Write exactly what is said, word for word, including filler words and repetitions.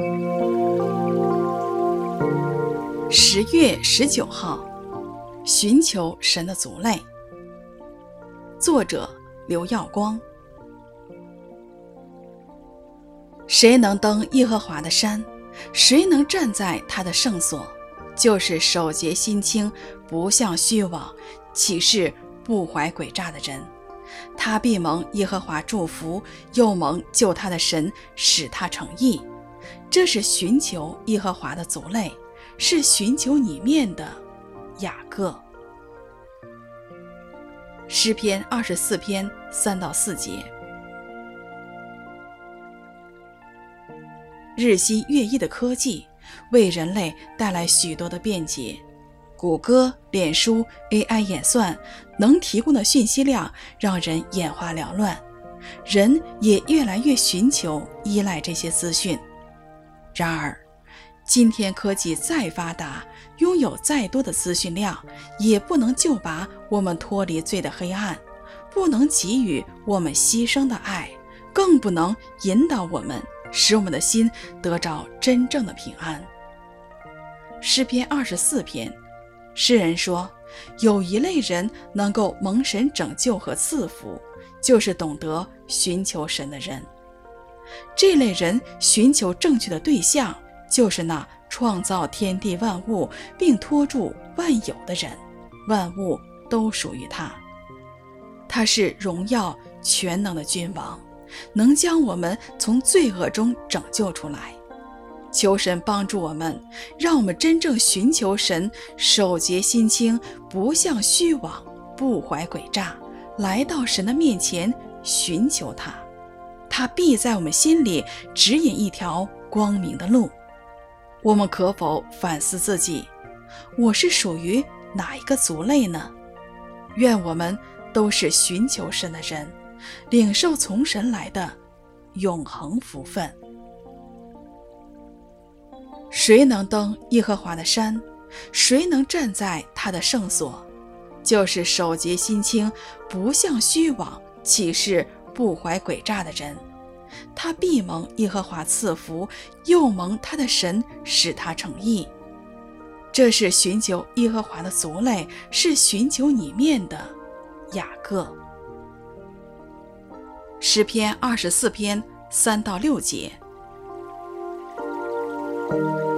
十月十九号，寻求神的族类。作者刘耀光。谁能登耶和华的山？谁能站在他的圣所？就是手洁心清，不向虚妄，岂是不怀诡诈的人。他必蒙耶和华祝福，又蒙救他的神使他成义。这是寻求耶和华的族类，是寻求你面的雅各。诗篇二十四篇三到四节。日新月异的科技为人类带来许多的便捷，谷歌、脸书、A I 演算能提供的讯息量让人眼花缭乱，人也越来越寻求依赖这些资讯。然而今天科技再发达，拥有再多的资讯量，也不能救拔我们脱离罪的黑暗，不能给予我们牺牲的爱，更不能引导我们，使我们的心得着真正的平安。诗篇二十四篇，诗人说，有一类人能够蒙神拯救和赐福，就是懂得寻求神的人。这类人寻求正确的对象，就是那创造天地万物并托住万有的人，万物都属于他。他是荣耀全能的君王，能将我们从罪恶中拯救出来。求神帮助我们，让我们真正寻求神，手洁心清，不向虚妄，不怀诡诈，来到神的面前寻求他，他必在我们心里指引一条光明的路。我们可否反思自己，我是属于哪一个族类呢？愿我们都是寻求神的人，领受从神来的永恒福分。谁能登耶和华的山？谁能站在他的圣所？就是手洁心清，不向虚妄，岂是不怀诡诈的人。他必蒙耶和华赐福，又蒙他的神使他成义。这是寻求耶和华的族类，是寻求你面的雅各。诗篇二十四篇三到六节。